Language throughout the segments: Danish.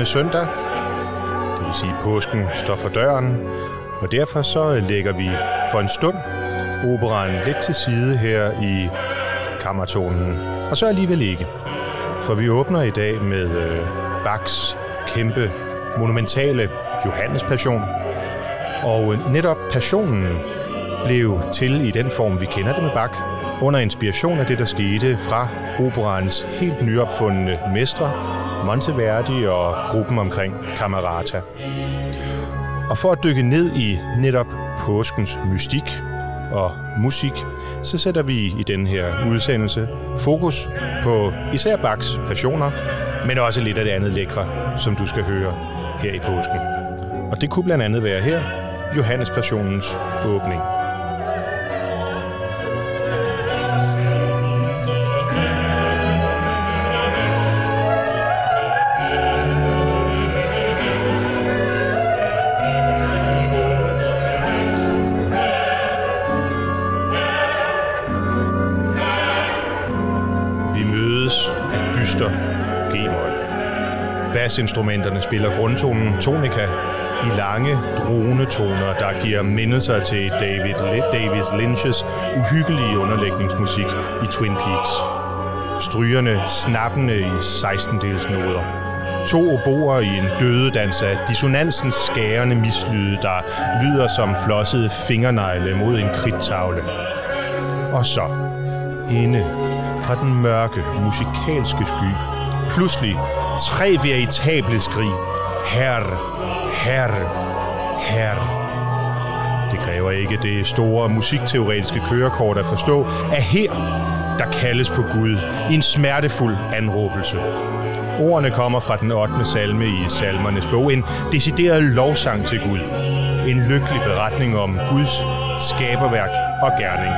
Palmesøndag, det vil sige påsken står for døren, og derfor så lægger vi for en stund operaen lidt til side her i Kammertonen, og så alligevel ikke. For vi åbner i dag med Bachs kæmpe monumentale Johannespassion, og netop passionen blev til i den form, vi kender det med Bach, under inspiration af det, der skete fra operaens helt nyopfundne mestre, Monteverdi og gruppen omkring Camerata. Og for at dykke ned i netop påskens mystik og musik, så sætter vi i den her udsendelse fokus på især Bachs passioner, men også lidt af det andet lækre, som du skal høre her i påsken. Og det kunne blandt andet være her, Johannespassionens åbning. Bassinstrumenterne spiller grundtonen tonika i lange dronetoner, der giver mindelser til David Lynch's uhyggelige underlægningsmusik i Twin Peaks. Strygerne snappende i 16-delsnoder. 2 oboer i en dødedans af dissonansens skærende mislyde, der lyder som flossede fingernegle mod en kridttavle. Og så, inde fra den mørke musikalske sky, pludselig 3 veritable skrig. Herre, herre, herre. Det kræver ikke det store musikteoretiske kørekort at forstå, at her, der kaldes på Gud i en smertefuld anråbelse. Ordene kommer fra den 8. salme i Salmernes bog, en decideret lovsang til Gud. En lykkelig beretning om Guds skaberværk og gerning.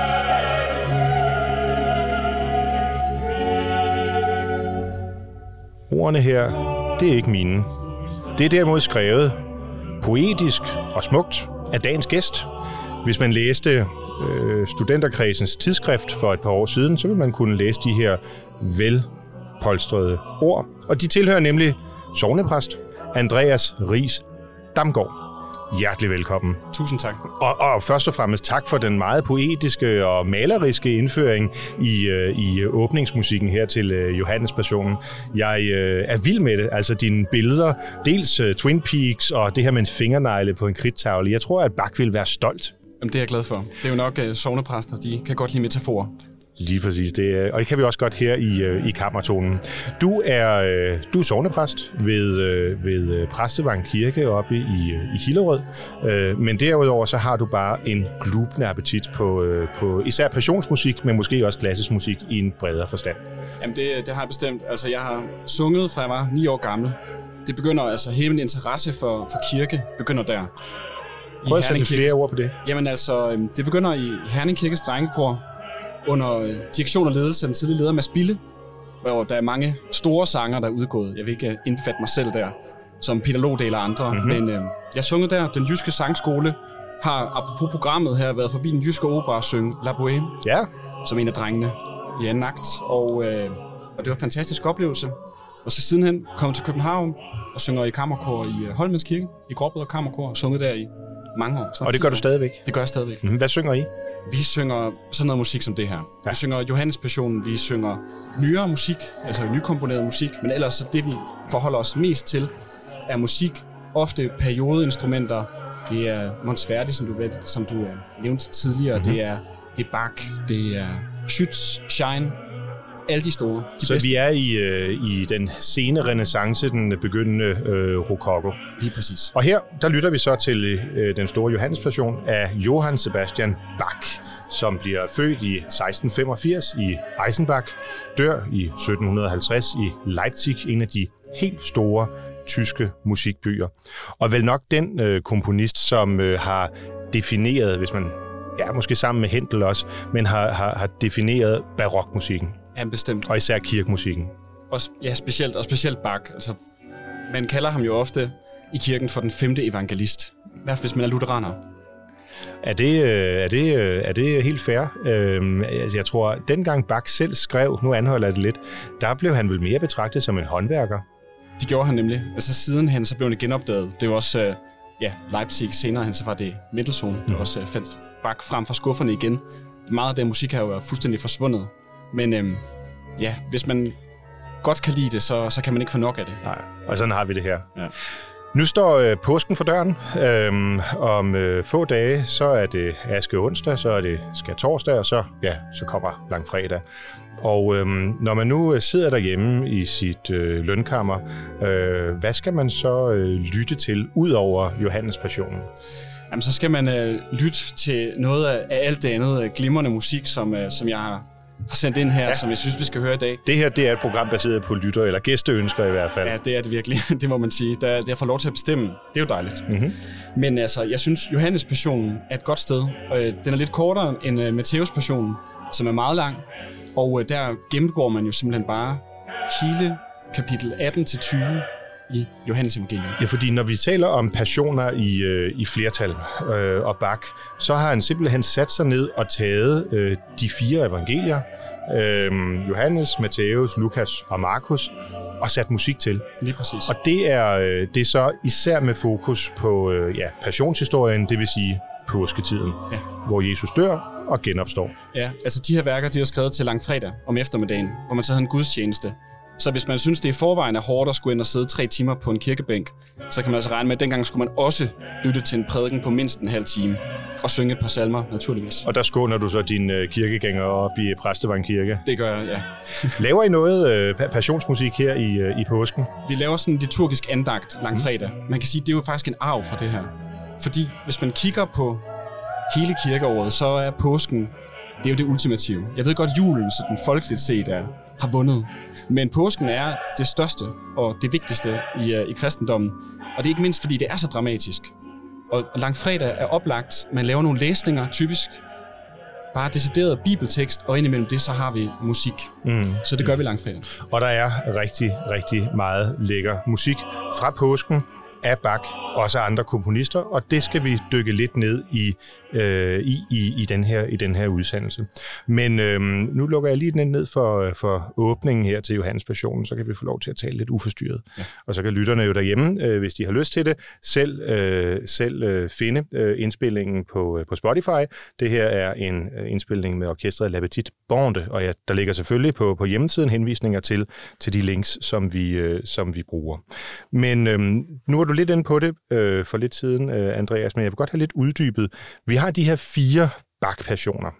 Ordene her, det er ikke mine. Det er derimod skrevet poetisk og smukt af dagens gæst. Hvis man læste Studenterkredsens tidsskrift for et par år siden, så vil man kunne læse de her velpolstrede ord. Og de tilhører nemlig sognepræst Andreas Riis Damgaard. Hjertelig velkommen. Tusind tak. Og først og fremmest tak for den meget poetiske og maleriske indføring i åbningsmusikken her til Johannespassionen. Jeg er vild med det. Altså dine billeder, dels Twin Peaks og det her med en fingernegle på en kridttavle. Jeg tror, at Bach vil være stolt. Jamen, det er jeg glad for. Det er jo nok sognepræster, de kan godt lide metaforer. Lige præcis. Og det kan vi også godt her i Kammertonen. Du er sognepræst ved Præstevang Kirke oppe i Hillerød. Men derudover så har du bare en glubende appetit på især passionsmusik, men måske også klassisk musik i en bredere forstand. Jamen det har jeg bestemt. Altså jeg har sunget fra jeg var 9 år gammel. Det begynder altså hele min interesse for kirke begynder der. Prøv at sætte flere ord på det. Jamen altså det begynder i Herning Kirkes drengekor under direktion og ledelse af den tidligere leder Mads Bille, hvor der er mange store sanger, der er udgået. Jeg vil ikke indfatte mig selv der, som Peter Lodal og andre, men jeg sunget der. Den jyske sangskole har, apropos programmet her, været forbi den jyske opera og synge La Bohème, ja, som en af drengene i anden akt, og det var en fantastisk oplevelse. Og så sidenhen kom til København og synger i kammerkor i Holmens Kirke, i Gråbrød Kammerkor, og sunget der i mange år. Og det gør du stadigvæk? Det gør jeg stadigvæk. Hvad synger I? Vi synger sådan noget musik som det her. Ja. Vi synger Johannespassionen, vi synger nyere musik, altså nykomponeret musik, men ellers så det, vi forholder os mest til, er musik, ofte periodeinstrumenter. Det er Monteverdi, som du nævnte tidligere. Det er Bach, det er Schütz, Schein, alle de store. Så bedste. Vi er i den sene renæssance, den begyndende rokoko. Lige præcis. Og her, der lytter vi så til den store Johannespassion af Johann Sebastian Bach, som bliver født i 1685 i Eisenbach, dør i 1750 i Leipzig, en af de helt store tyske musikbyer. Og vel nok den komponist, som har defineret, hvis man, ja, måske sammen med Händel også, men har defineret barokmusikken. Ja, bestemt. Og især kirkemusikken. Ja, specielt Bach. Altså, man kalder ham jo ofte i kirken for den 5. evangelist. I hvert fald hvis man er lutheraner. Er det helt fair? Jeg tror, dengang Bach selv skrev, nu anholder jeg det lidt, der blev han vel mere betragtet som en håndværker. Det gjorde han nemlig. Altså sidenhen, så blev det genopdaget. Det var også, Leipzig senere hen, så var det Mendelssohn, der også fandt Bach frem fra skufferne igen. Meget af den musik her var fuldstændig forsvundet. Men hvis man godt kan lide det, så kan man ikke få nok af det. Nej, og sådan har vi det her. Ja. Nu står påsken for døren. Om få dage, så er det aske onsdag, så er det skærtorsdag, og så kommer langfredag. Og når man nu sidder derhjemme i sit lønkammer, hvad skal man så lytte til, ud over Johannes Passionen? Jamen, så skal man lytte til noget af alt det andet glimrende musik, som jeg har sendt ind her, som jeg synes, vi skal høre i dag. Det her, det er et program baseret på lytter, eller gæsteønsker i hvert fald. Ja, det er det virkelig. Det må man sige. Jeg får lov til at bestemme. Det er jo dejligt. Mm-hmm. Men altså, jeg synes, Johannes Passionen er et godt sted. Den er lidt kortere end Matthæus Passionen, som er meget lang. Og der gennemgår man jo simpelthen bare hele kapitel 18-20 i Johannes evangeliet. Ja, fordi når vi taler om passioner i flertal og Bach, så har han simpelthen sat sig ned og taget de 4 evangelier, Johannes, Matthæus, Lukas og Markus, og sat musik til. Lige præcis. Og det er så især med fokus på passionshistorien, det vil sige påsketiden, hvor Jesus dør og genopstår. Ja, altså de her værker, de er skrevet til langfredag om eftermiddagen, hvor man så havde en gudstjeneste. Så hvis man synes, det i forvejen er hårdt at skulle ind og sidde 3 timer på en kirkebænk, så kan man altså regne med, at dengang skulle man også lytte til en prædiken på mindst en halv time. Og synge et par salmer, naturligvis. Og der skåner du så dine kirkegængere op i Præstevang Kirke? Det gør jeg, ja. Laver I noget passionsmusik her i påsken? Vi laver sådan en liturgisk andagt langfredag. Man kan sige, at det er jo faktisk en arv fra det her. Fordi hvis man kigger på hele kirkeåret, så er påsken, det er jo det ultimative. Jeg ved godt, julen, så den folkeligt set har vundet. Men påsken er det største og det vigtigste i kristendommen. Og det er ikke mindst, fordi det er så dramatisk. Og langfredag er oplagt. Man laver nogle læsninger, typisk bare decideret bibeltekst, og indimellem det, så har vi musik. Så det gør vi langfredag. Og der er rigtig, rigtig meget lækker musik fra påsken af Bach, også af andre komponister, og det skal vi dykke lidt ned i den her udsendelse. Men nu lukker jeg lige den ned for åbningen her til Johannes Passionen, så kan vi få lov til at tale lidt uforstyrret. Ja. Og så kan lytterne jo derhjemme, hvis de har lyst til det, selv finde indspillingen på Spotify. Det her er en indspilning med orkestret La Petite Bande, og der ligger selvfølgelig på hjemmesiden henvisninger til de links, som vi bruger. Men nu var du lidt inde på det for lidt siden, Andreas, men jeg vil godt have lidt uddybet. Vi har de her 4 Bach-passioner,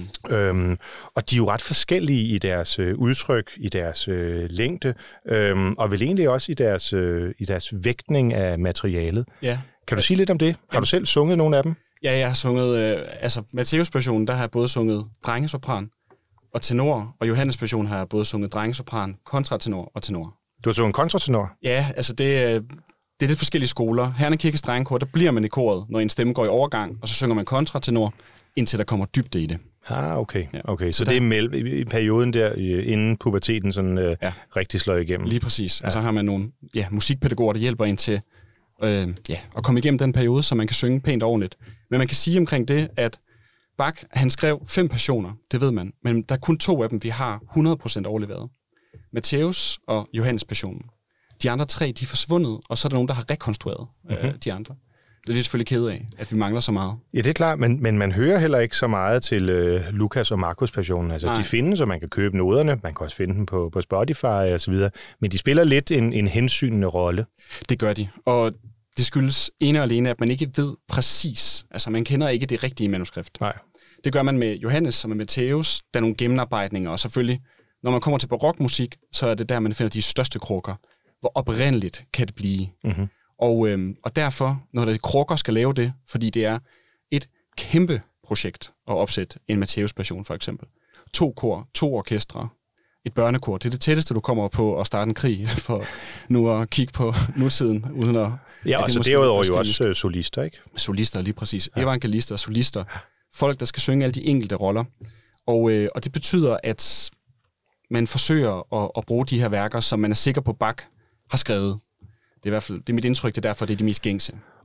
og de er jo ret forskellige i deres udtryk, i deres længde, og vel egentlig også i deres vægtning af materialet. Ja. Kan du sige lidt om det? Har du selv sunget nogle af dem? Ja, jeg har sunget, Matthæus Passionen, der har jeg både sunget drengesopran og tenor, og Johannes Passionen har jeg både sunget drengesopran, kontratenor og tenor. Du har sunget kontratenor? Ja, altså det er lidt forskellige skoler. Herren Kirkes Drengekor, der bliver man i koret, når en stemme går i overgang, og så synger man kontratenor, indtil der kommer dybde i det. Okay. Så det er i perioden der, inden puberteten sådan rigtig slår igennem. Lige præcis. Ja. Og så har man nogle musikpædagoger, der hjælper en til at komme igennem den periode, så man kan synge pænt ordentligt. Men man kan sige omkring det, at Bach, han skrev 5 passioner, det ved man, men der er kun 2 af dem, vi har 100% overleveret. Matthæus og Johannes Passionen. De andre 3, de er forsvundet, og så er der nogen, der har rekonstrueret de andre. Det er vi selvfølgelig kede af, at vi mangler så meget. Ja, det er klart, men man hører heller ikke så meget til Lukas og Markus Passionen. Altså, de findes, og man kan købe noderne. Man kan også finde dem på Spotify og så videre. Men de spiller lidt en hensynende rolle. Det gør de, og det skyldes ene og alene, at man ikke ved præcis. Altså, man kender ikke det rigtige manuskript. Nej. Det gør man med Johannes og med Matthæus. Der er nogle gennemarbejdninger, og selvfølgelig, når man kommer til barokmusik, så er det der, man finder de største krukker. Hvor oprindeligt kan det blive. Mm-hmm. Og derfor, når der krukker skal lave det, fordi det er et kæmpe projekt at opsætte en Matthæus Passion for eksempel. 2 kor, 2 orkestre, et børnekor. Det er det tætteste, du kommer på at starte en krig, for nu at kigge på nutiden, uden at... Ja, og så derudover jo også solister, ikke? Solister, lige præcis. Ja. Evangelister, solister. Folk, der skal synge alle de enkelte roller. Og det betyder, at man forsøger at bruge de her værker, som man er sikker på Bach har skrevet. Det er i hvert fald det er mit indtryk, det er derfor, det er de mest gængse.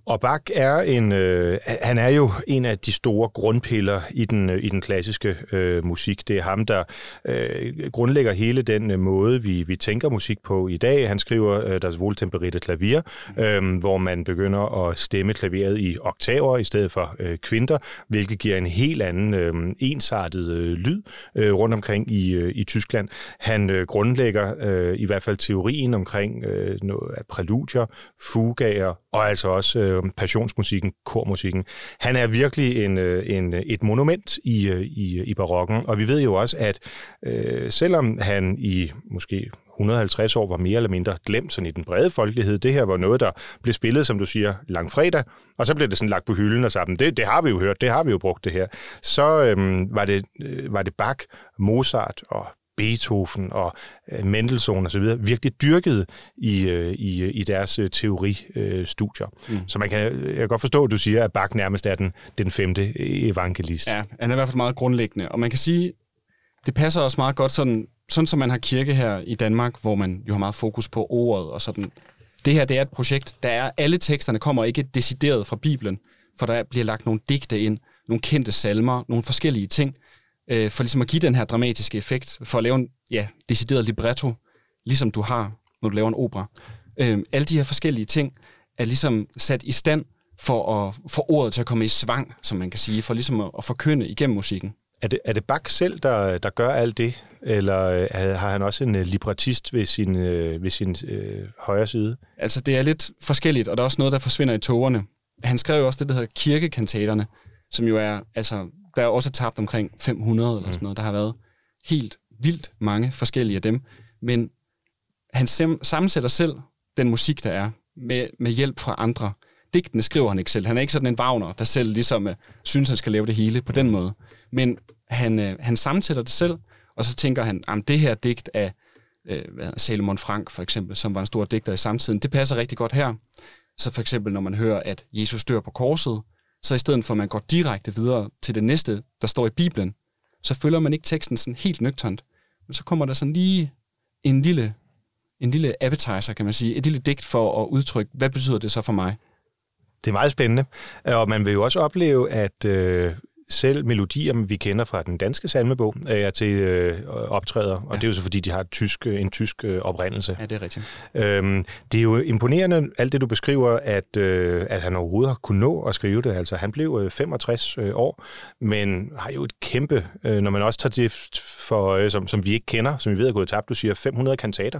Og Bach er han er jo en af de store grundpiller i den klassiske musik. Det er ham, der grundlægger hele den måde, vi tænker musik på i dag. Han skriver Das wohltemperierte Klavier, hvor man begynder at stemme klaveret i oktaver i stedet for kvinter, hvilket giver en helt anden ensartet lyd rundt omkring i Tyskland. Han grundlægger i hvert fald teorien omkring noget af præludier, fugaer og altså også passionsmusikken, kormusikken. Han er virkelig et monument i barokken, og vi ved jo også, at selvom han i måske 150 år var mere eller mindre glemt sådan i den brede folkelighed, det her var noget, der blev spillet, som du siger, langfredag, og så blev det sådan lagt på hylden og sagt, det har vi jo hørt, det har vi jo brugt det her. Så var det Bach, Mozart og Beethoven og Mendelssohn og så videre virkelig dyrket i deres teoristudier. Så jeg kan godt forstå, at du siger, at Bach nærmest er den femte evangelist. Ja, han er i hvert fald meget grundlæggende, og man kan sige, det passer også meget godt sådan som man har kirke her i Danmark, hvor man jo har meget fokus på ordet og sådan. Det her, det er et projekt, alle teksterne kommer ikke decideret fra Bibelen, for der bliver lagt nogle digte ind, nogle kendte salmer, nogle forskellige ting, for ligesom at give den her dramatiske effekt, for at lave en decideret libretto, ligesom du har, når du laver en opera. Alle de her forskellige ting er ligesom sat i stand for at få ordet til at komme i svang, som man kan sige, for ligesom at forkynde igennem musikken. Er det Bach selv, der gør alt det, eller har han også en librettist ved sin højre side? Altså, det er lidt forskelligt, og der er også noget, der forsvinder i tågerne. Han skrev jo også det, der hedder kirkekantaterne, som jo er, altså, der er også tabt omkring 500 eller sådan noget. Der har været helt vildt mange forskellige af dem, men han sammensætter selv den musik, der er, med hjælp fra andre. Digtene skriver han ikke selv. Han er ikke sådan en Wagner, der selv ligesom synes, han skal lave det hele på den måde. Men han sammensætter det selv, og så tænker han, at det her digt af Salomon Frank for eksempel, som var en stor digter i samtiden, det passer rigtig godt her. Så for eksempel, når man hører, at Jesus dør på korset, så i stedet for, at man går direkte videre til det næste, der står i Bibelen, så følger man ikke teksten sådan helt nøgternt. Men så kommer der sådan lige en lille appetizer, kan man sige, et lille digt for at udtrykke, hvad betyder det så for mig? Det er meget spændende, og man vil jo også opleve, at selv melodier, vi kender fra den danske salmebog, er til optræder, og det er jo så fordi, de har en tysk oprindelse. Ja, det er rigtigt. Det er jo imponerende, alt det du beskriver, at han overhovedet har kunnet nå at skrive det. Altså, han blev 65 år, men har jo et kæmpe, når man også tager det for, som vi ikke kender, som vi ved er gået tabt, du siger 500 kantater,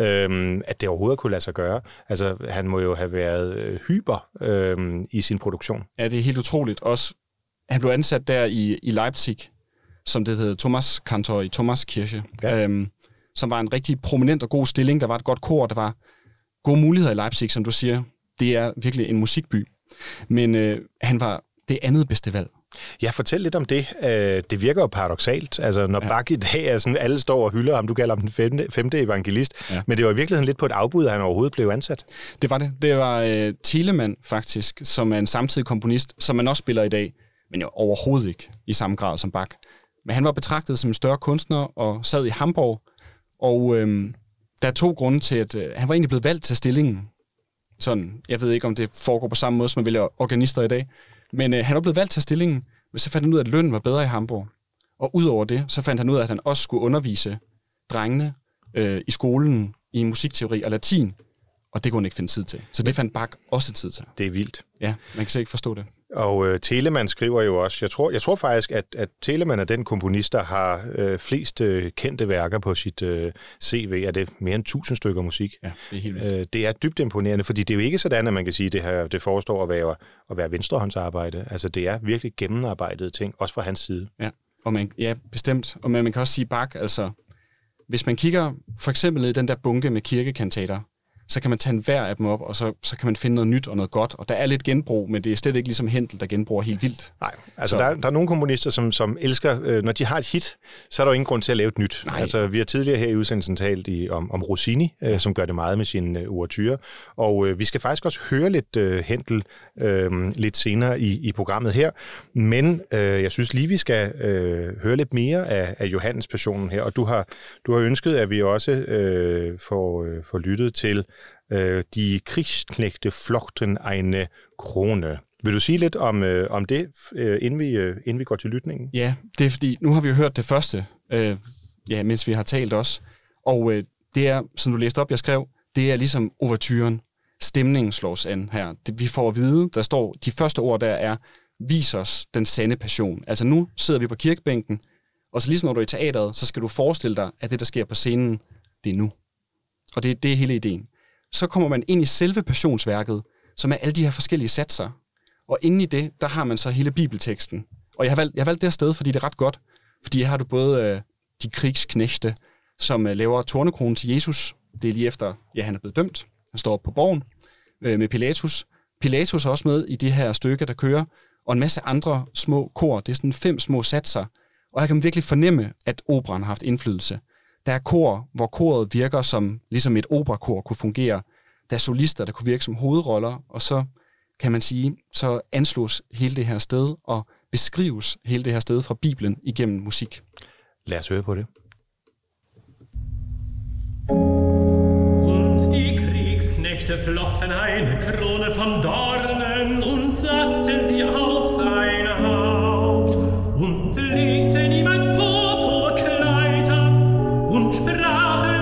at det overhovedet kunne lade sig gøre. Altså, han må jo have været hyper i sin produktion. Ja, det er helt utroligt. Også han blev ansat der i Leipzig, som det hedder Thomaskantor i Thomaskirche, som var en rigtig prominent og god stilling. Der var et godt kor, der var gode muligheder i Leipzig, som du siger. Det er virkelig en musikby. Men han var det andet bedste valg. Ja, fortæl lidt om det. Det virker jo paradoksalt. Altså, når Bach i dag er sådan, alle står og hylder ham, du kalder ham den femte evangelist, men det var i virkeligheden lidt på et afbud, at han overhovedet blev ansat. Det var det. Det var Telemann faktisk, som er en samtidig komponist, som man også spiller i dag, men jo overhovedet ikke i samme grad som Bach. Men han var betragtet som en større kunstner og sad i Hamburg, og der er 2 grunde til, at han var egentlig blevet valgt til stillingen. Sådan, jeg ved ikke, om det foregår på samme måde, som man vælger organister i dag, men han var blevet valgt til stillingen, men så fandt han ud af, at lønnen var bedre i Hamburg. Og udover det, så fandt han ud af, at han også skulle undervise drengene i skolen i musikteori og latin, og det kunne han ikke finde tid til. Så det fandt Bach også tid til. Det er vildt. Ja, man kan slet ikke forstå det. Og Telemann skriver jo også, jeg tror faktisk, at Telemann er den komponist, der har flest kendte værker på sit CV. Er det mere end 1000 stykker musik? Ja, det er helt vildt. Det er dybt imponerende, fordi det er jo ikke sådan, at man kan sige, at det forestår at være venstrehåndsarbejde. Altså, det er virkelig gennemarbejdede ting, også fra hans side. Ja, bestemt. Og man kan også sige Bach, altså, hvis man kigger for eksempel i den der bunke med kirkekantater, så kan man tage hver af dem op, og så kan man finde noget nyt og noget godt. Og der er lidt genbrug, men det er slet ikke ligesom Händel, der genbruger helt vildt. Nej, altså der er nogle komponister, som elsker, når de har et hit, så er der jo ingen grund til at lave et nyt. Nej. Altså, vi har tidligere her i udsendelsen talt om Rossini, som gør det meget med sine ouverture. Og vi skal faktisk også høre lidt Händel lidt senere i programmet her. Men jeg synes lige, vi skal høre lidt mere af Johannes Passionen her. Og du har ønsket, at vi også får lyttet til Die Kriegsknechte flochten eine krone. Vil du sige lidt om det, inden vi går til lytningen? Ja, det er fordi, nu har vi jo hørt det første, mens vi har talt også. Og det er, som du læste op, jeg skrev, det er ligesom ouverturen. Stemningen slås an her. Vi får at vide, der står, de første ord der er, vis os den sande passion. Altså nu sidder vi på kirkebænken, og så ligesom når du er i teateret, så skal du forestille dig, at det, der sker på scenen, det er nu. Og det er hele ideen. Så kommer man ind i selve passionsværket, som er alle de her forskellige satser. Og inde i det, der har man så hele bibelteksten. Og jeg har valgt det her sted, fordi det er ret godt. Fordi her har du både de krigsknægte, som laver tornekronen til Jesus. Det er lige efter, han er blevet dømt. Han står op på borgen med Pilatus. Pilatus er også med i de her stykker, der kører. Og en masse andre små kor. Det er sådan 5 små satser. Og her kan man virkelig fornemme, at operaen har haft indflydelse. Der er kor, hvor koret virker som ligesom et operakor kunne fungere. Der er solister, der kunne virke som hovedroller. Og så kan man sige, så anslås hele det her sted og beskrives hele det her sted fra Bibelen igennem musik. Lad os høre på det. Und die Kriegsknechte flochten eine Krone von Dornen und setzten sie auf sein Haupt und legten ihm ein Purpurkleid an und sprachen: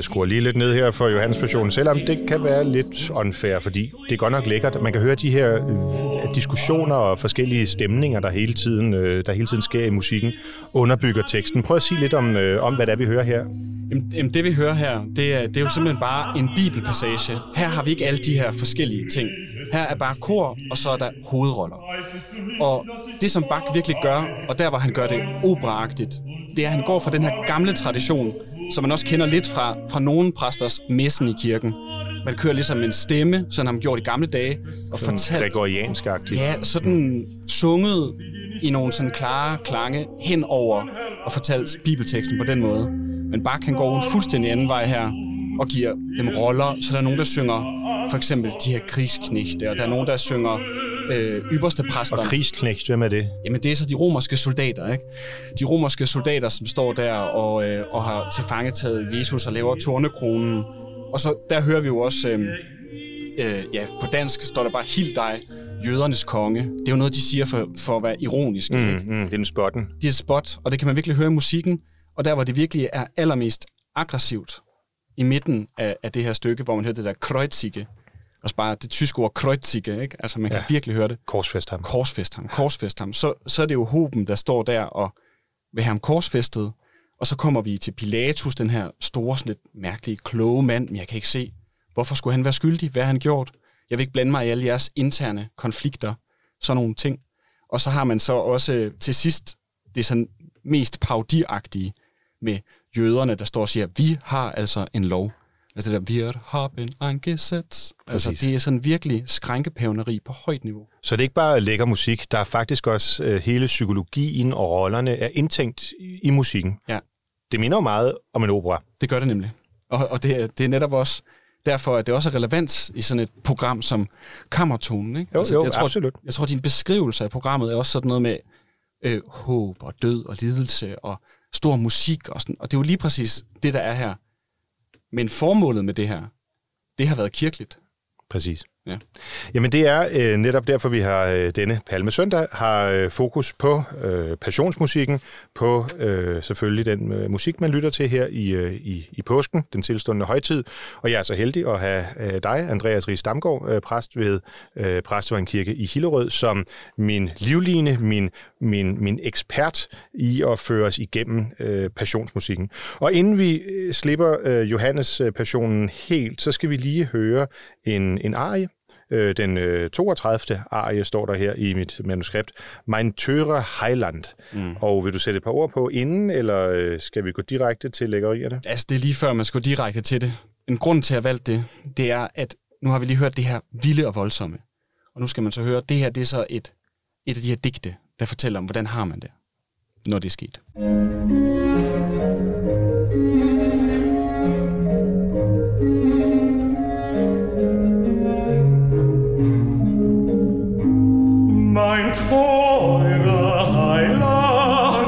skruer lige lidt ned her for Johannes Passion, selvom det kan være lidt unfair, fordi det er godt nok lækkert. Man kan høre de her diskussioner og forskellige stemninger, der hele tiden sker i musikken, underbygger teksten. Prøv at sige lidt om hvad det er, vi hører her. Jamen, det vi hører her, det er jo simpelthen bare en bibelpassage. Her har vi ikke alle de her forskellige ting. Her er bare kor, og så er der hovedroller. Og det, som Bach virkelig gør, og der, hvor han gør det operaagtigt, det er, at han går fra den her gamle tradition, som man også kender lidt fra nogle præsters messen i kirken. Man kører ligesom en stemme, sådan har man gjort i gamle dage, og sådan fortalt... gregoriansk-agtigt. Ja, sådan sunget i nogle sådan klare klange hen over og fortalt bibelteksten på den måde. Men Bach kan gå en fuldstændig anden vej her og giver dem roller, så der er nogen, der synger for eksempel de her krigsknægte, og der er nogen, der synger ypperste præster. Og krigsknægt, hvem er det? Jamen, det er så de romerske soldater, ikke? De romerske soldater, som står der og har tilfangetaget Jesus og laver tornekronen. Og så der hører vi jo også, på dansk står der bare, "Hild dig, jødernes konge." Det er jo noget, de siger for at være ironisk. Det er en spotten. Det er et spot, og det kan man virkelig høre i musikken. Og der, hvor det virkelig er allermest aggressivt, i midten af det her stykke, hvor man hører det der kreutzige, og bare det tyske ord kreutzige, ikke? Altså man kan virkelig høre det. Korsfæst ham. Så er det jo Hoben, der står der og vil have ham korsfæstet, og så kommer vi til Pilatus, den her store, sådan lidt mærkelige, kloge mand, men jeg kan ikke se, hvorfor skulle han være skyldig? Hvad har han gjort? Jeg vil ikke blande mig i alle jeres interne konflikter, sådan nogle ting. Og så har man så også til sidst det sådan mest parodiagtige med jøderne, der står og siger, vi har altså en lov. Altså det der, wir haben ein Gesetz. Altså det er sådan virkelig skrænkepævneri på højt niveau. Så det er ikke bare lækker musik, der er faktisk også hele psykologien og rollerne er indtænkt i musikken. Ja. Det minder jo meget om en opera. Det gør det nemlig. Og det er netop også derfor, at det også er relevant i sådan et program som Kammertonen. Ikke? Absolut. Jeg tror, din beskrivelse af programmet er også sådan noget med håb og død og lidelse og stor musik og sådan. Og det er jo lige præcis det, der er her. Men formålet med det her, det har været kirkeligt. Præcis. Ja. Jamen det er netop derfor, vi har denne Palmesøndag har fokus på passionsmusikken, på selvfølgelig den musik, man lytter til her i påsken, den tilstundende højtid. Og jeg er så heldig at have dig, Andreas Riis Damgaard, præst ved Præstevang Kirke i Hillerød, som min livline, min ekspert i at føre os igennem passionsmusikken. Og inden vi slipper Johannes Passionen helt, så skal vi lige høre en arie. Den 32. arie står der her i mit manuskript. Mein teure Heiland. Og vil du sætte et par ord på inden, eller skal vi gå direkte til lækkerierne? Altså, det er lige før, man skal gå direkte til det. En grund til at have valgt det er, at nu har vi lige hørt det her vilde og voldsomme. Og nu skal man så høre, det her det er så et af de her digte, der fortæller om, hvordan har man det, når det er sket. Mein teurer Heiland,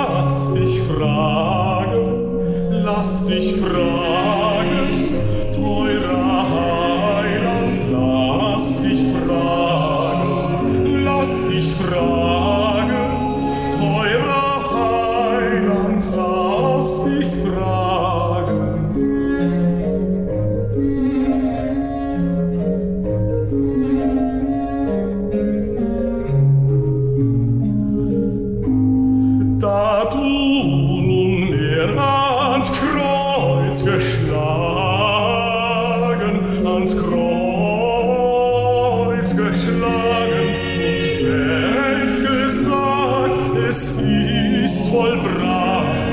lass dich fragen, teurer Heiland, lass dich fragen, teurer Heiland, lass dich fragen. Da du nunmehr ans Kreuz geschlagen und selbst gesagt, es ist vollbracht,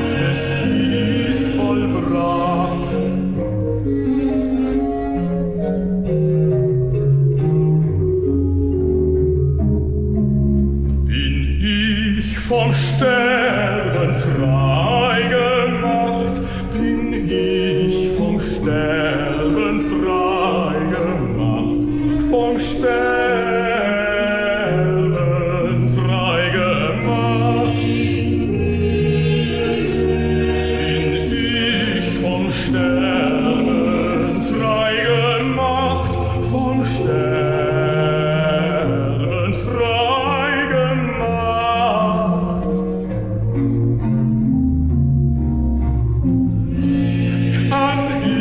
Bin ich vom Sterben frei gemacht, bin ich vom Sterben frei gemacht, vom Sterben frei gemacht. Bin ich vom Sterben frei gemacht, vom Sterben frei gemacht. Kann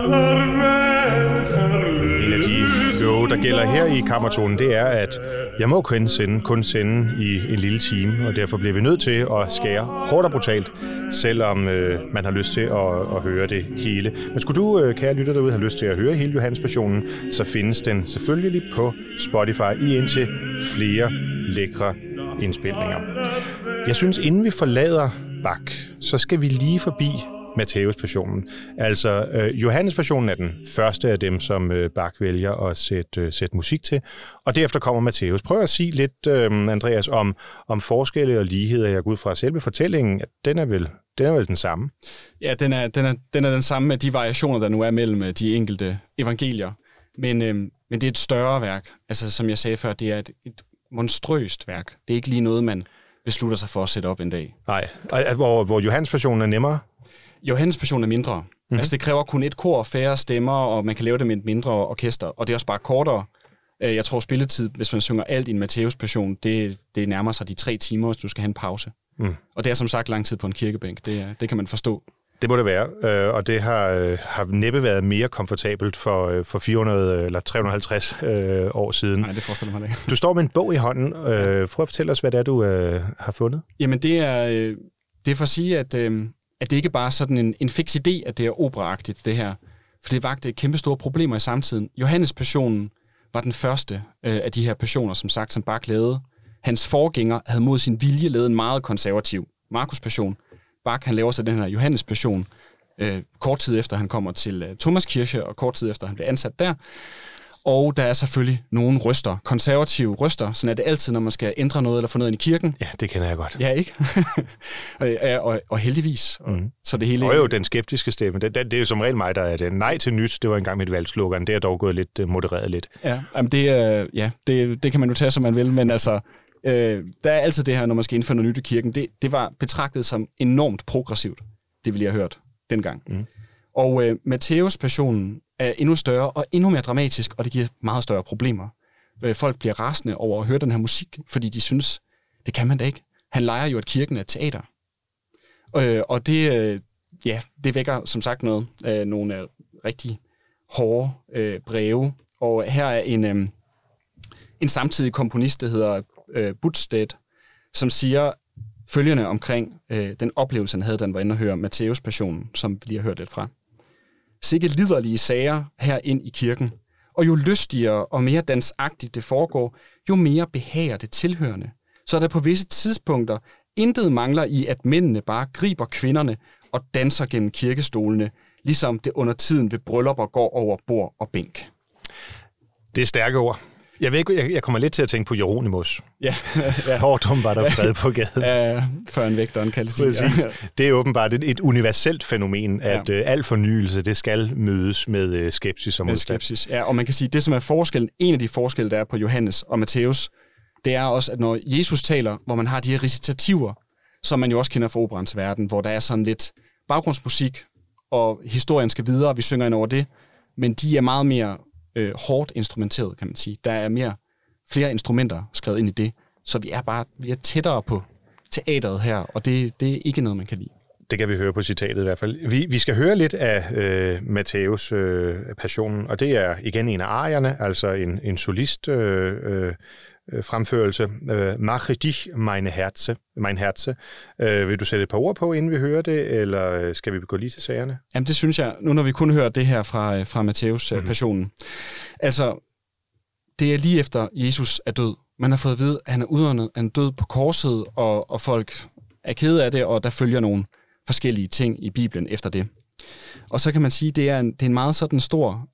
En af de love, der gælder her i kammertonen, det er, at jeg må kun sende i en lille time, og derfor bliver vi nødt til at skære hårdt og brutalt, selvom man har lyst til at høre det hele. Men skulle du, kære lytter derude, have lyst til at høre hele Johannespassionen, så findes den selvfølgelig på Spotify i indtil flere lækre indspilninger. Jeg synes, inden vi forlader Bach, så skal vi lige forbi Matthæus-passionen. Altså, Johannespassionen er den første af dem, som Bach vælger at sætte musik til, og derefter kommer Matthæus. Prøv at sige lidt, Andreas, om forskelle og ligheder. Jeg går ud fra selve fortællingen, at den er vel den samme? Ja, den er den samme med de variationer, der nu er mellem de enkelte evangelier. Men det er et større værk. Altså, som jeg sagde før, det er et monstrøst værk. Det er ikke lige noget, man beslutter sig for at sætte op en dag. Nej, hvor Johannespassionen er nemmere? Johannespassionen er mindre. Mm-hmm. Altså, det kræver kun et kor, færre stemmer, og man kan lave det med et mindre orkester. Og det er også bare kortere. Jeg tror, spilletid, hvis man synger alt i en Matthæus-passion, det nærmer sig de 3 timer, hvis du skal have en pause. Mm. Og det er som sagt lang tid på en kirkebænk. Det kan man forstå. Det må det være, og det har næppe været mere komfortabelt for 400 eller 350 år siden. Nej, det forestiller mig ikke. Du står med en bog i hånden. Prøv at fortælle os, hvad det er, du har fundet. Jamen, det er for at sige, at det ikke bare er sådan en fiks idé, at det er operaagtigt, det her. For det vagte kæmpe store problemer i samtiden. Johannespassionen var den første af de her passioner, som sagt, som Bach lavede. Hans forgænger havde mod sin vilje lavet en meget konservativ Markus-passion. Bach, han laver så den her Johannespassion kort tid efter, han kommer til Thomaskirche, og kort tid efter, han bliver ansat der. Og der er selvfølgelig nogle røster, konservative røster. Sådan er det altid, når man skal ændre noget eller få noget ind i kirken. Ja, det kender jeg godt. Ja, ikke? og heldigvis. Mm. Så det hele... Og jo, den skeptiske stemme. Det er jo som regel mig, der er det. Nej til nyt, det var engang mit valgslogan. Det er dog gået lidt modereret lidt. Ja, jamen det kan man jo tage, som man vil, men altså... der er altid det her, når man skal indføre noget nyt i kirken. Det var betragtet som enormt progressivt. Det ville jeg have hørt dengang. Mm. Og Matthæus-passionen er endnu større og endnu mere dramatisk, og det giver meget større problemer. Folk bliver rasende over at høre den her musik, fordi de synes, det kan man da ikke. Han leger jo, at kirken er et teater. Og det vækker som sagt nogle rigtig hårde breve. Og her er en samtidig komponist, der hedder Buttstedt, som siger følgende omkring den oplevelse, han havde, da han var inde og høre Matthæus-passionen, som vi lige har hørt lidt fra. Sikke liderlige sager herind i kirken, og jo lystigere og mere dansagtigt det foregår, jo mere behager det tilhørende. Så der på visse tidspunkter intet mangler i, at mændene bare griber kvinderne og danser gennem kirkestolene, ligesom det under tiden ved bryllupper går over bord og bænk. Det er stærke ord. Jeg kommer lidt til at tænke på Hieronymus. Ja. Hårdum var der fred på gaden. Ja, før en vægteren kaldes det. Ja. Det er åbenbart et universelt fænomen, at al fornyelse, det skal mødes med skepsis og modstand. Skepsis, ja, og man kan sige, det som er forskellen, en af de forskelle, der er på Johannes og Matthæus, det er også, at når Jesus taler, hvor man har de her recitativer, som man jo også kender fra operans verden, hvor der er sådan lidt baggrundsmusik, og historien skal videre, vi synger ind over det, men de er meget mere hårdt instrumenteret, kan man sige. Der er flere instrumenter skrevet ind i det, så vi er tættere på teateret her, og det er ikke noget, man kan lide. Det kan vi høre på citatet i hvert fald. Vi skal høre lidt af Matthæus passionen, og det er igen en af arierne, altså en solist fremførelse. Mache dich mein Herze. Vil du sætte et par ord på, inden vi hører det, eller skal vi gå lige til sagerne? Jamen det synes jeg, nu når vi kun hører det her fra Matthæus passionen. Altså, det er lige efter Jesus er død. Man har fået at vide, at han er udåndet, han er død på korset, og folk er kede af det, og der følger nogle forskellige ting i Bibelen efter det. Og så kan man sige, det er en meget sådan stor...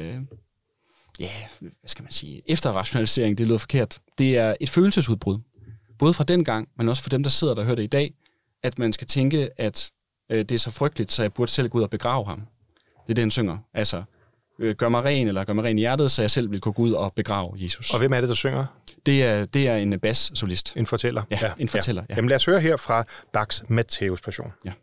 hvad skal man sige, efterrationalisering, det lyder forkert. Det er et følelsesudbrud. Både fra den gang, men også for dem, der sidder der og hører det i dag, at man skal tænke, at det er så frygteligt, så jeg burde selv gå ud og begrave ham. Det er det, han synger. Altså, gør mig ren, eller gør mig ren i hjertet, så jeg selv vil gå ud og begrave Jesus. Og hvem er det, der synger? Det er en bassolist. En fortæller? Ja, en fortæller. Ja. Jamen lad os høre her fra Bachs Matthæus passion. Ja.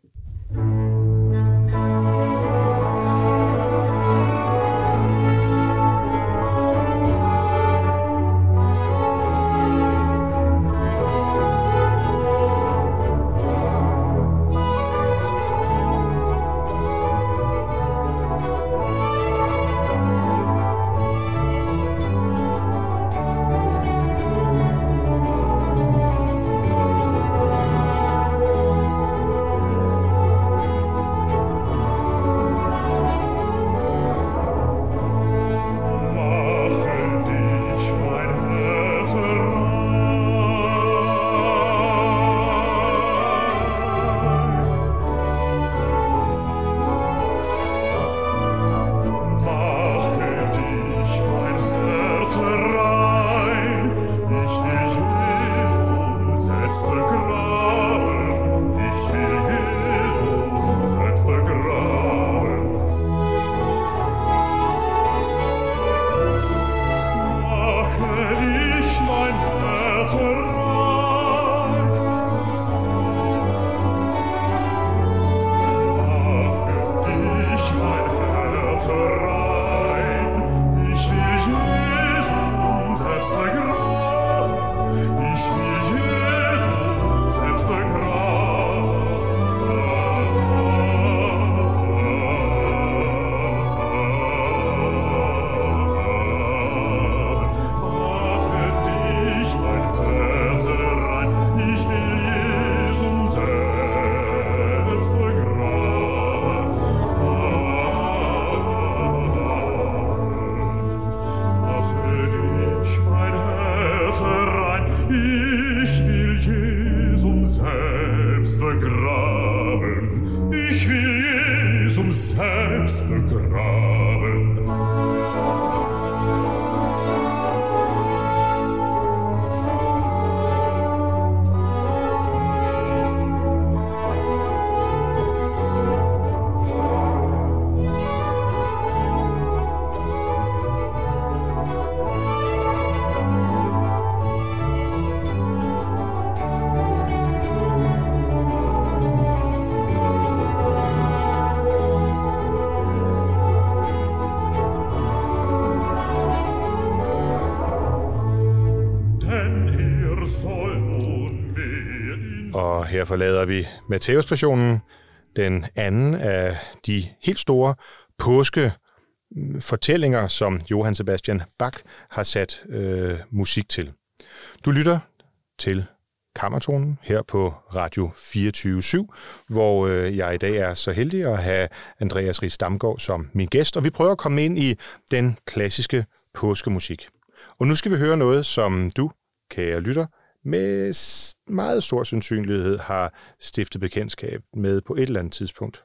Her forlader vi Matthæus-passionen, den anden af de helt store påskefortællinger, som Johann Sebastian Bach har sat musik til. Du lytter til Kammertonen her på Radio 24/7, hvor jeg i dag er så heldig at have Andreas Riis Damgaard som min gæst, og vi prøver at komme ind i den klassiske påskemusik. Og nu skal vi høre noget, som du, kære lytter, med meget stor sandsynlighed har stiftet bekendtskab med på et eller andet tidspunkt.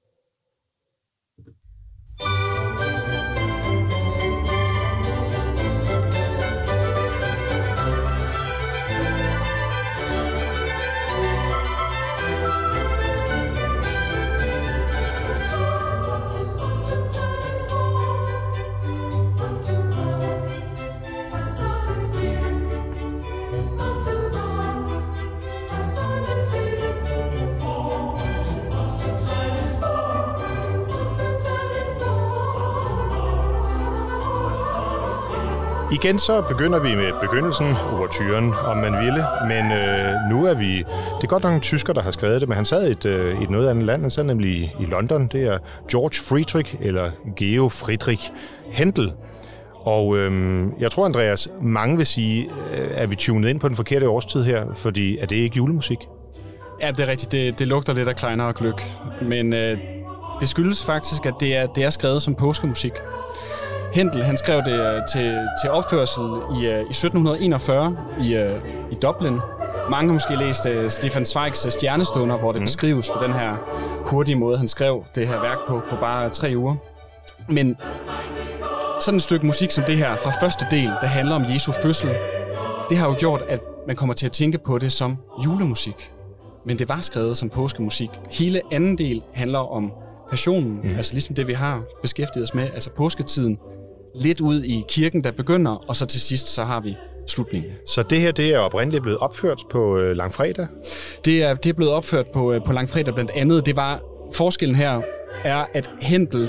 Igen så begynder vi med begyndelsen, ouverturen, om man ville, men nu er vi... Det er godt nok en tysker, der har skrevet det, men han sad i et noget andet land. Han sad nemlig i London. Det er George Friedrich, eller Georg Friedrich Händel. Og jeg tror, Andreas, mange vil sige, at vi tunet ind på den forkerte årstid her, fordi er det ikke julemusik? Ja, det er rigtigt. Det lugter lidt af Kleiner og Glück. Men det skyldes faktisk, at det er skrevet som påskemusik. Händel, han skrev det til opførsel i 1741 i Dublin. Mange har måske læst Stefan Zweigs Stjernestunder, hvor det beskrives på den her hurtige måde, han skrev det her værk på bare 3 uger. Men sådan et stykke musik som det her fra første del, der handler om Jesu fødsel, det har jo gjort, at man kommer til at tænke på det som julemusik. Men det var skrevet som påskemusik. Hele anden del handler om passionen, altså ligesom det, vi har beskæftiget os med, altså påsketiden, lidt ud i kirken, der begynder, og så til sidst, så har vi slutningen. Så det her, det er oprindeligt blevet opført på langfredag? Det er blevet opført på langfredag blandt andet. Det var, forskellen her er, at Händel,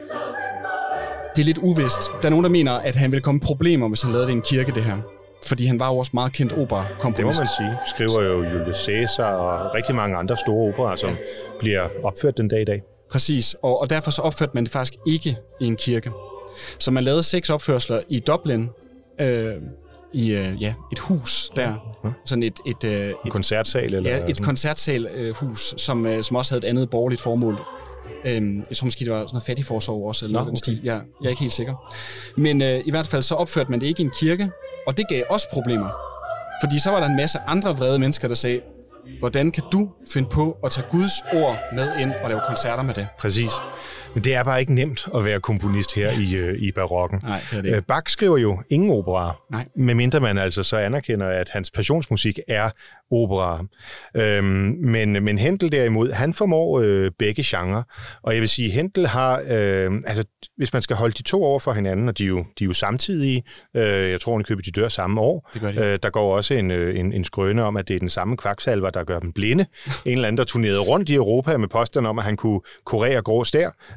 det er lidt uvist. Der er nogen, der mener, at han ville komme problemer, hvis han lavede det i en kirke, det her. Fordi han var jo også meget kendt operakomponist. Det må man sige. Skriver jo Julius Caesar og rigtig mange andre store operer, som bliver opført den dag i dag. Præcis, og derfor så opførte man det faktisk ikke i en kirke. Så man lavede 6 opførsler i Dublin, i et hus der. Sådan et koncertsal? Eller? Ja, et koncertsalhus, som også havde et andet borgerligt formål. Jeg tror måske, det var sådan noget fattigforsorg også, eller noget stil. Jeg er ikke helt sikker. Men i hvert fald så opførte man det ikke i en kirke, og det gav også problemer. Fordi så var der en masse andre vrede mennesker, der sagde, hvordan kan du finde på at tage Guds ord med ind og lave koncerter med det? Præcis. Men det er bare ikke nemt at være komponist her i barokken. Nej, det er det ikke. Bach skriver jo ingen operaer, Nej. medmindre man altså så anerkender, at hans passionsmusik er operaer. Men Händel derimod, han formår begge genrer. Og jeg vil sige, Händel har, altså hvis man skal holde de to over for hinanden, og de er jo samtidige, jeg tror, de dør samme år. Det gør de. Der går også en skrøne om, at det er den samme kvaksalver, der gør dem blinde. En eller anden, der turnerede rundt i Europa med påstand om, at han kunne kurere grå stær.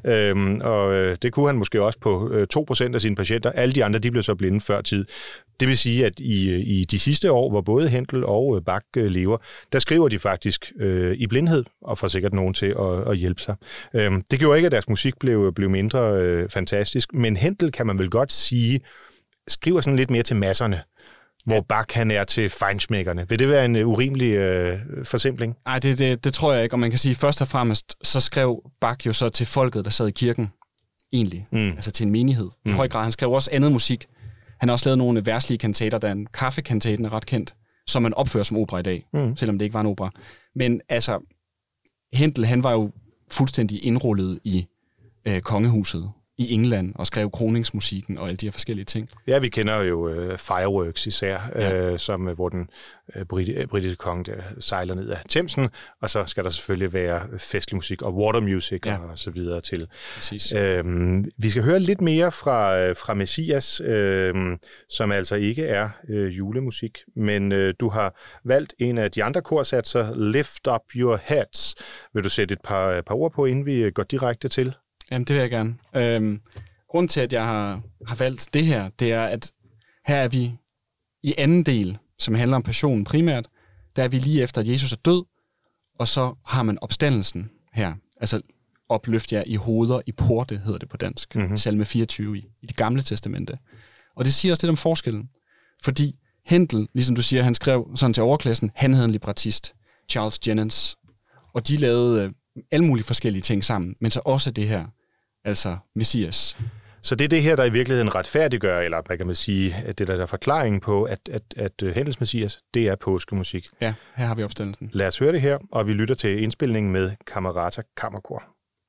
Og det kunne han måske også på 2% af sine patienter. Alle de andre, de blev så blinde før tid. Det vil sige, at i de sidste år, hvor både Händel og Bach lever, der skriver de faktisk i blindhed, og får sikkert nogen til at hjælpe sig. Det gjorde ikke, at deres musik blev mindre fantastisk, men Händel, kan man vel godt sige, skriver sådan lidt mere til masserne, hvor Bach han er til feinschmeckerne. Vil det være en urimelig forsimpling? Nej, det tror jeg ikke, og man kan sige, først og fremmest, så skrev Bach jo så til folket, der sad i kirken, egentlig, altså til en menighed. I høj grad, han skrev også andet musik. Han har også lavet nogle verslige kantater, der er en kaffekantaten er ret kendt, som man opfører som opera i dag, selvom det ikke var en opera. Men altså, Händel, han var jo fuldstændig indrullet i kongehuset i England og skrev kroningsmusikken og alle de her forskellige ting. Ja, vi kender jo Fireworks især, hvor den britiske konge der sejler ned af Themsen, og så skal der selvfølgelig være festlig musik og water music og så videre til. Vi skal høre lidt mere fra Messias, som altså ikke er julemusik, men du har valgt en af de andre korsatser, Lift Up Your Heads. Vil du sætte et par ord på, inden vi går direkte til? Jamen, det vil jeg gerne. Grunden til, at jeg har valgt det her, det er, at her er vi i anden del, som handler om passionen primært, der er vi lige efter, at Jesus er død, og så har man opstandelsen her. Altså, opløft jer i hoveder i porte, hedder det på dansk. Salme 24 i det gamle testamente. Og det siger også lidt om forskellen. Fordi Händel, ligesom du siger, han skrev sådan til overklassen, han havde en librettist, Charles Jennens, og de lavede alle mulige forskellige ting sammen, men så også det her, altså Messias. Så det er det her, der i virkeligheden retfærdiggør, eller hvad kan man sige, at det der er forklaringen på, at Händels Messias, det er påskemusik. Ja, her har vi opstændelsen. Lad os høre det her, og vi lytter til indspilningen med Camerata Kammerkor.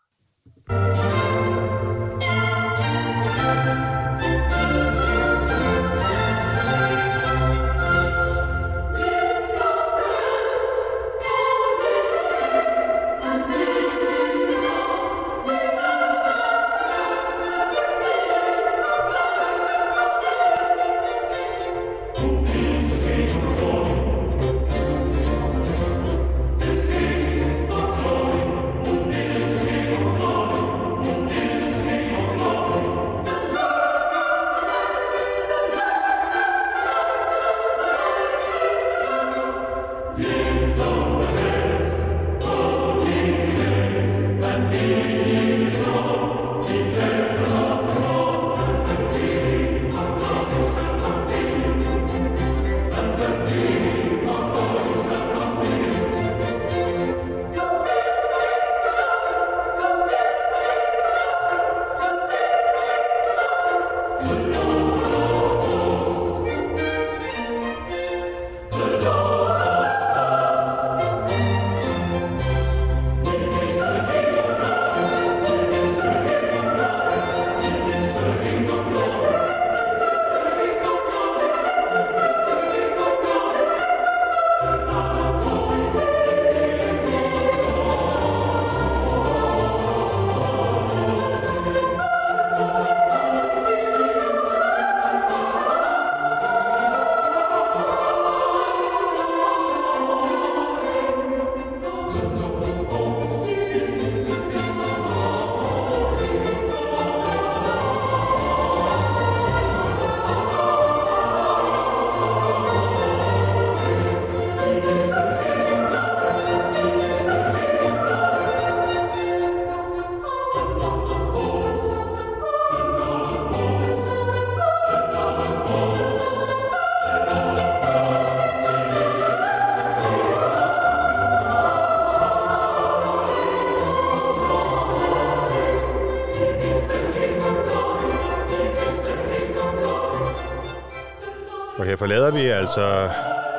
Og her forlader vi altså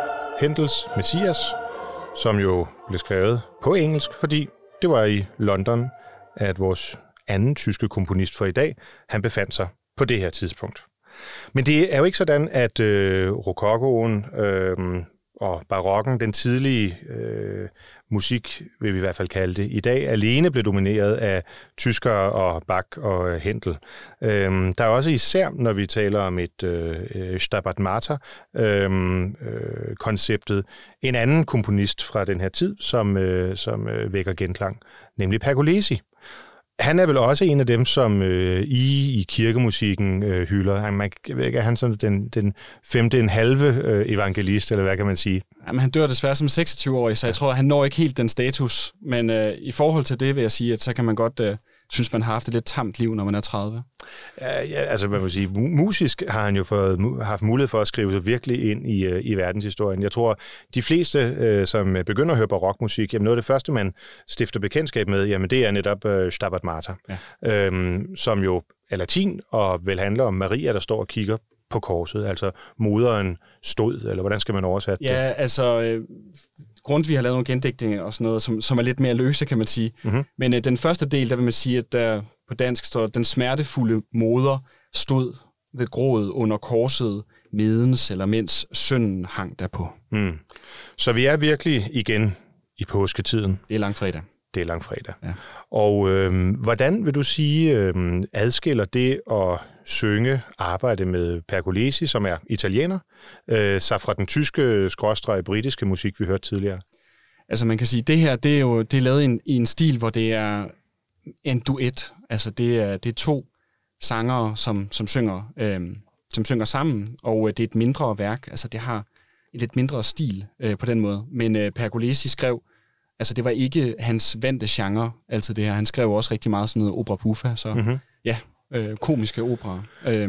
Händels Messias, som jo blev skrevet på engelsk, fordi det var i London, at vores anden tyske komponist for i dag, han befandt sig på det her tidspunkt. Men det er jo ikke sådan, at rokokoen og barokken, den tidlige musik, vil vi i hvert fald kalde det, i dag alene blev domineret af tyskere og Bach og Händel. Der er også især, når vi taler om et Stabat Mater konceptet, en anden komponist fra den her tid, som vækker genklang, nemlig Pergolesi. Han er vel også en af dem, som i kirkemusikken hylder. Er han sådan den femte en halve evangelist, eller hvad kan man sige? Jamen, han dør desværre som 26-årig, så jeg tror, han når ikke helt den status. Men i forhold til det vil jeg sige, at så kan man godt synes, man har haft et lidt tamt liv, når man er 30. Ja, altså man må sige, musisk har han jo haft mulighed for at skrive sig virkelig ind i verdenshistorien. Jeg tror, de fleste, som begynder at høre på rockmusik, jamen noget af det første, man stifter bekendtskab med, jamen det er netop Stabat Mater, som jo er latin og vel handler om Maria, der står og kigger på korset, altså moderen stod, eller hvordan skal man oversætte det? Ja, altså Grundtvig har lavet nogle gendigtninger og sådan noget, som er lidt mere løse, kan man sige. Mm-hmm. Men den første del, der vil man sige, at der på dansk står, den smertefulde moder stod ved grådet under korset, mens sønnen hang derpå. Mm. Så vi er virkelig igen i påsketiden. Det er langfredag. Det er langfredag. Ja. Og hvordan vil du sige, adskiller det at synge, arbejde med Pergolesi, som er italiener, sig fra den tyske britiske musik, vi hørte tidligere? Altså man kan sige, det her, det er lavet i en stil, hvor det er en duet. Altså det er to sangere, som synger sammen, og det er et mindre værk. Altså det har et lidt mindre stil på den måde. Men Pergolesi skrev, altså det var ikke hans vante genre, altid det her. Han skrev også rigtig meget sådan noget opera buffa, så komiske opera.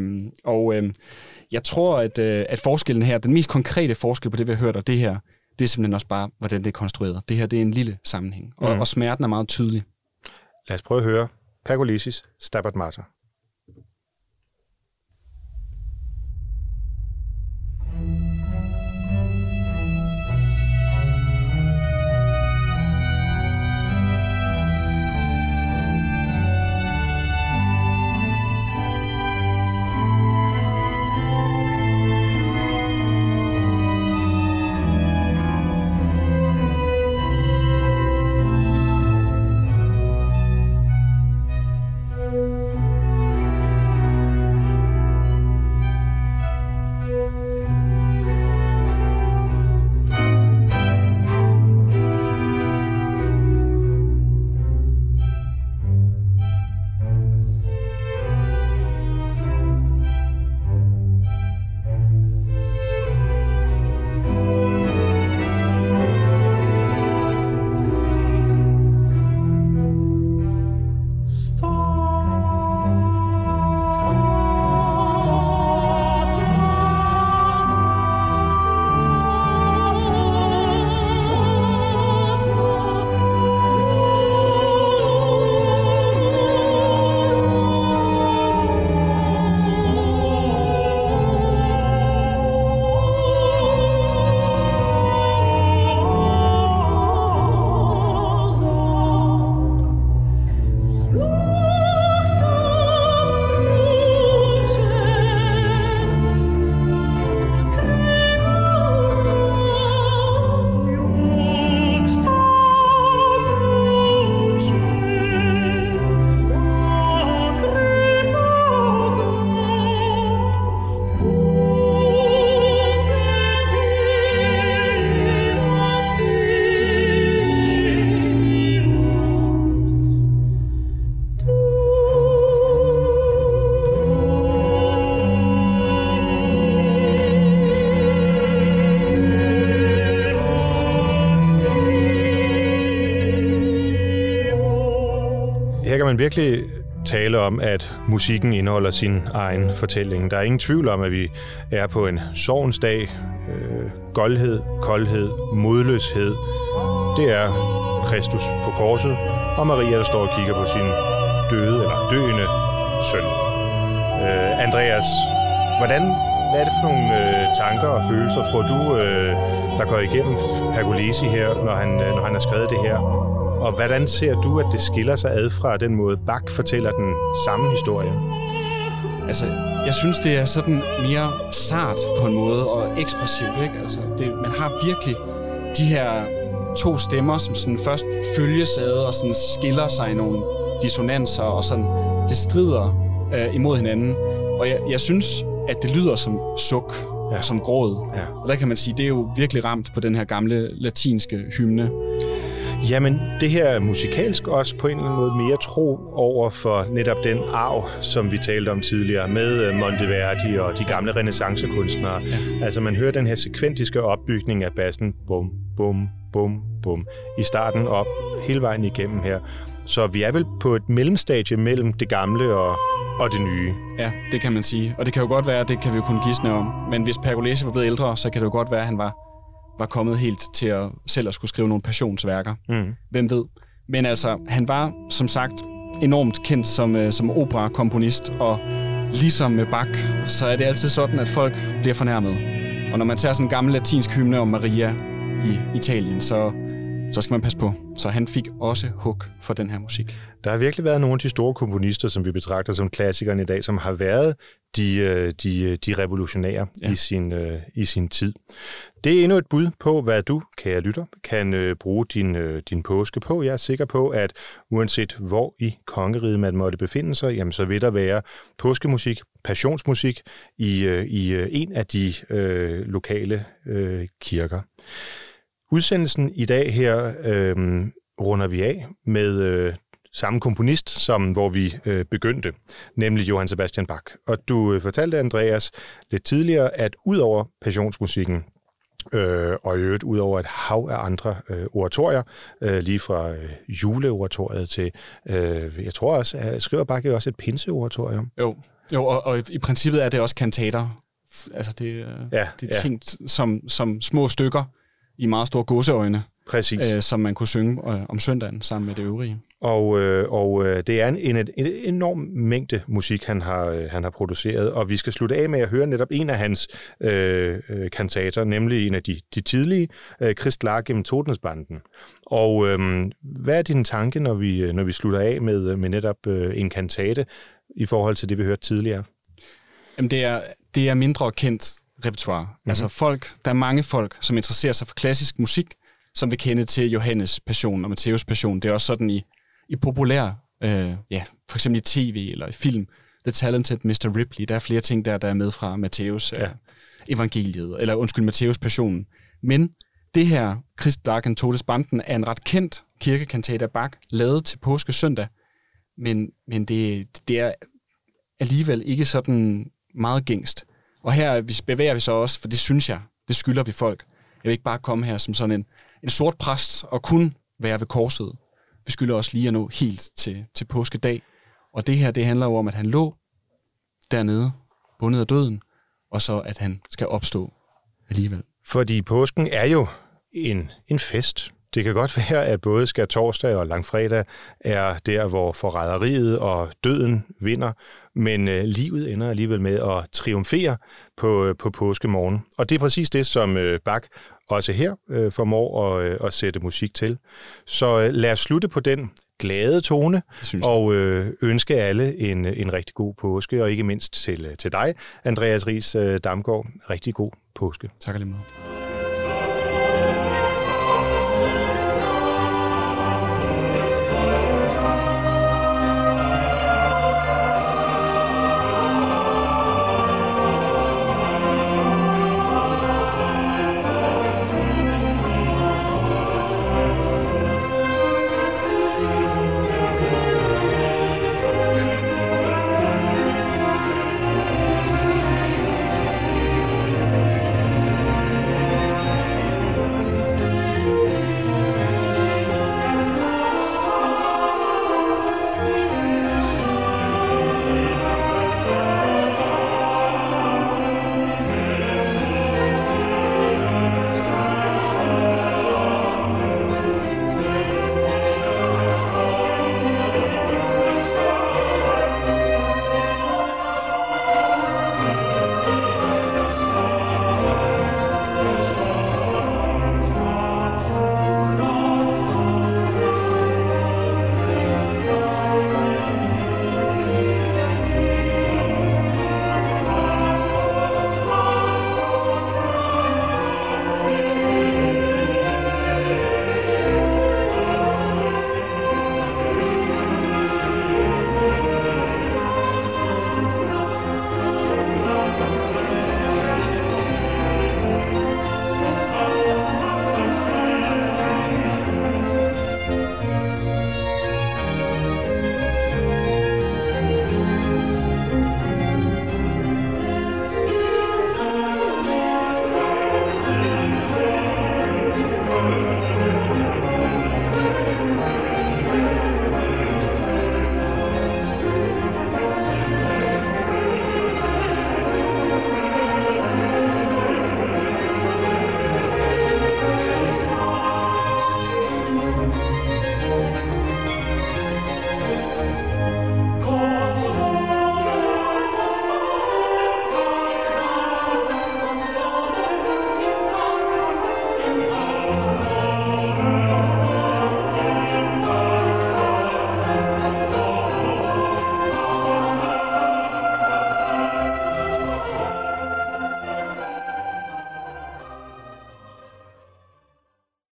Jeg tror, at forskellen her, den mest konkrete forskel på det, vi har hørt, og det her, det er simpelthen også bare, hvordan det er konstrueret. Det her, det er en lille sammenhæng, og smerten er meget tydelig. Lad os prøve at høre Pergolesis Stabat Mater. Man virkelig tale om, at musikken indeholder sin egen fortælling. Der er ingen tvivl om, at vi er på en sorgens-dag. Goldhed, koldhed, modløshed. Det er Kristus på korset, og Maria, der står og kigger på sin døende søn. Andreas, hvad er det for nogle tanker og følelser, tror du, der går igennem Pergolesi her, når han har skrevet det her? Og hvordan ser du, at det skiller sig ad fra den måde, Bach fortæller den samme historie? Altså, jeg synes, det er sådan mere sart på en måde, og ekspressivt, ikke? Altså, man har virkelig de her to stemmer, som sådan først følges ad, og sådan skiller sig i nogle dissonanser, og sådan, det strider imod hinanden. Og jeg synes, at det lyder som suk, som gråd. Ja. Og der kan man sige, det er jo virkelig ramt på den her gamle latinske hymne. Jamen, det her er musikalsk også på en eller anden måde mere tro over for netop den arv, som vi talte om tidligere, med Monteverdi og de gamle renæssancekunstnere. Ja. Altså, man hører den her sekventiske opbygning af bassen, bum, bum, bum, bum, i starten op hele vejen igennem her. Så vi er vel på et mellemstadie mellem det gamle og det nye. Ja, det kan man sige. Og det kan jo godt være, det kan vi jo kun gisne om. Men hvis Pergolesi var blevet ældre, så kan det jo godt være, at han var kommet helt til at selv at skulle skrive nogle passionsværker. Hvem ved? Men altså, han var som sagt enormt kendt som operakomponist, og ligesom med Bach, så er det altid sådan, at folk bliver fornærmet. Og når man tager sådan en gammel latinsk hymne om Maria i Italien, så skal man passe på. Så han fik også hug for den her musik. Der har virkelig været nogle af de store komponister, som vi betragter som klassikerne i dag, som har været de revolutionære i sin tid. Det er endnu et bud på, hvad du, kære lytter, kan bruge din påske på. Jeg er sikker på, at uanset hvor i kongeriget man måtte befinde sig, jamen, så vil der være påskemusik, passionsmusik i en af de lokale kirker. Udsendelsen i dag her runder vi af med samme komponist, som hvor vi begyndte, nemlig Johann Sebastian Bach. Og du fortalte, Andreas, lidt tidligere, at ud over passionsmusikken, og i øvrigt ud over et hav af andre oratorier, lige fra juleoratoriet til, jeg tror også, skriver Bach også et pinseoratorium? Jo, og i princippet er det også kantater. Altså det er tænkt som små stykker i meget store gåseøjne, som man kunne synge om søndagen sammen med det øvrige. Og det er en enorm mængde musik, han har produceret, og vi skal slutte af med at høre netop en af hans kantater, nemlig en af de tidlige, Christ lag im Todesbanden. Og hvad er din tanke, når vi slutter af med netop en kantate i forhold til det, vi hørte tidligere? Jamen, det er mindre kendt repertoire. Altså der er mange folk, som interesserer sig for klassisk musik, som vil kende til Johannes Passion og Matthæus Passion. Det er også sådan i populær, for eksempel i tv eller i film, The Talented Mr. Ripley, der er flere ting, der er med fra Matthæus evangeliet, eller Matthæus Passionen. Men det her, Christ lag im Todesbanden, er en ret kendt kirkekantate af Bach, lavet til påske søndag, men det er alligevel ikke sådan meget gængst. Og her bevæger vi så også, for det synes jeg, det skylder vi folk. Jeg vil ikke bare komme her som sådan en sort præst og kun være ved korset. Vi skylder også lige at nå helt til påskedag. Og det her, det handler jo om, at han lå dernede, bundet af døden, og så at han skal opstå alligevel. Fordi påsken er jo en fest. Det kan godt være, at både skærtorsdag og langfredag er der, hvor forræderiet og døden vinder, men livet ender alligevel med at triumfere på påskemorgen. Og det er præcis det, som Bach også her formår at sætte musik til. Så lad os slutte på den glade tone og ønske alle en rigtig god påske, og ikke mindst til dig, Andreas Riis Damgaard, rigtig god påske. Tak alligevel.